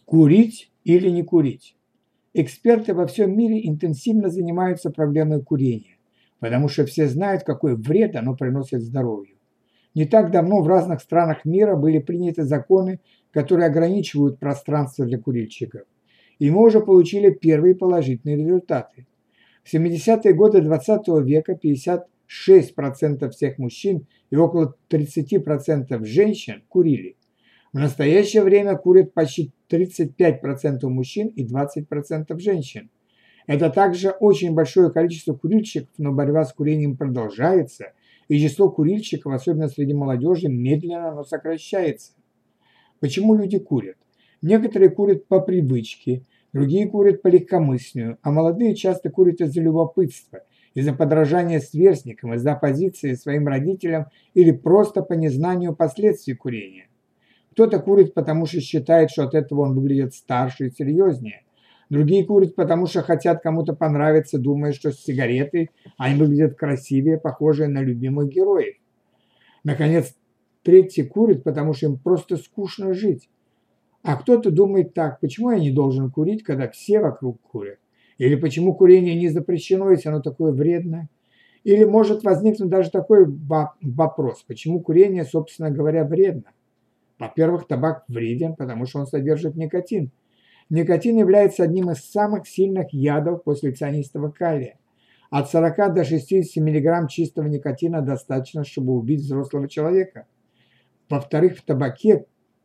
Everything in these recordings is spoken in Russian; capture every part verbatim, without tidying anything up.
Курить или не курить? Эксперты во всем мире интенсивно занимаются проблемой курения, потому что все знают, какой вред оно приносит здоровью. Не так давно в разных странах мира были приняты законы, которые ограничивают пространство для курильщиков. И мы уже получили первые положительные результаты. В семидесятые годы двадцатого века пятьдесят шесть процентов всех мужчин и около тридцать процентов женщин курили. В настоящее время курят почти тридцать пять процентов мужчин и двадцать процентов женщин. Это также очень большое количество курильщиков, но борьба с курением продолжается, и число курильщиков, особенно среди молодежи, медленно, но сокращается. Почему люди курят? Некоторые курят по привычке, другие курят по легкомыслию, а молодые часто курят из-за любопытства, из-за подражания сверстникам, из-за оппозиции своим родителям или просто по незнанию последствий курения. Кто-то курит, потому что считает, что от этого он выглядит старше и серьезнее. Другие курят, потому что хотят кому-то понравиться, думая, что с сигаретой они выглядят красивее, похожие на любимых героев. Наконец, третьи курят, потому что им просто скучно жить. А кто-то думает так: почему я не должен курить, когда все вокруг курят? Или почему курение не запрещено, если оно такое вредное? Или может возникнуть даже такой вопрос: почему курение, собственно говоря, вредно? Во-первых, табак вреден, потому что он содержит никотин. Никотин является одним из самых сильных ядов после цианистого калия. От сорока до шестидесяти миллиграмм чистого никотина достаточно, чтобы убить взрослого человека. Во-вторых, в табаке,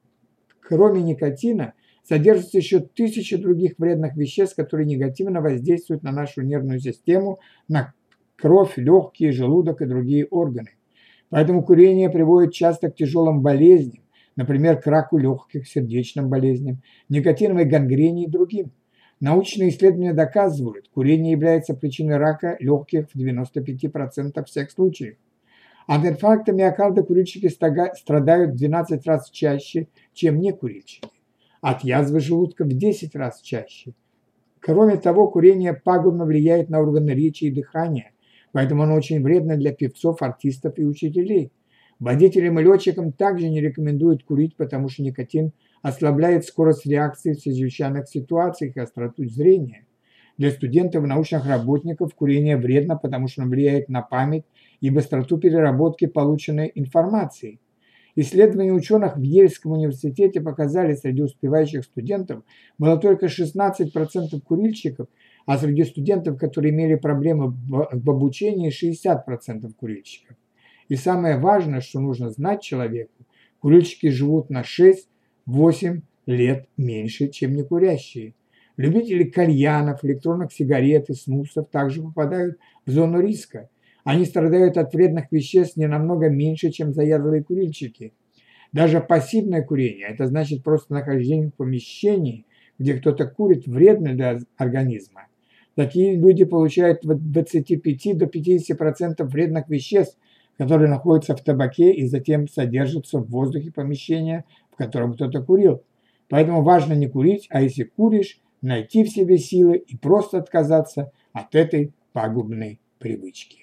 кроме никотина, содержатся еще тысячи других вредных веществ, которые негативно воздействуют на нашу нервную систему, на кровь, легкие, желудок и другие органы. Поэтому курение приводит часто к тяжелым болезням, например, к раку легких, сердечным болезням, никотиновой гангрене и другим. Научные исследования доказывают, курение является причиной рака легких в девяноста пяти процентах всех случаев. От инфаркта миокарда курильщики страдают в двенадцать раз чаще, чем некурильщики. От язвы желудка в десять раз чаще. Кроме того, курение пагубно влияет на органы речи и дыхания, поэтому оно очень вредно для певцов, артистов и учителей. Водителям и летчикам также не рекомендуют курить, потому что никотин ослабляет скорость реакции в чрезвычайных ситуациях и остроту зрения. Для студентов и научных работников курение вредно, потому что оно влияет на память и быстроту переработки полученной информации. Исследования ученых в Ельском университете показали, среди успевающих студентов было только шестнадцать процентов курильщиков, а среди студентов, которые имели проблемы в обучении, шестьдесят процентов курильщиков. И самое важное, что нужно знать человеку: курильщики живут на шесть-восемь лет меньше, чем некурящие. Любители кальянов, электронных сигарет и снусов также попадают в зону риска. Они страдают от вредных веществ не намного меньше, чем заядлые курильщики. Даже пассивное курение, это значит просто нахождение в помещении, где кто-то курит, вредно для организма. Такие люди получают от двадцати пяти до пятидесяти процентов вредных веществ, которые находятся в табаке и затем содержатся в воздухе помещения, в котором кто-то курил. Поэтому важно не курить, а если куришь, найти в себе силы и просто отказаться от этой пагубной привычки.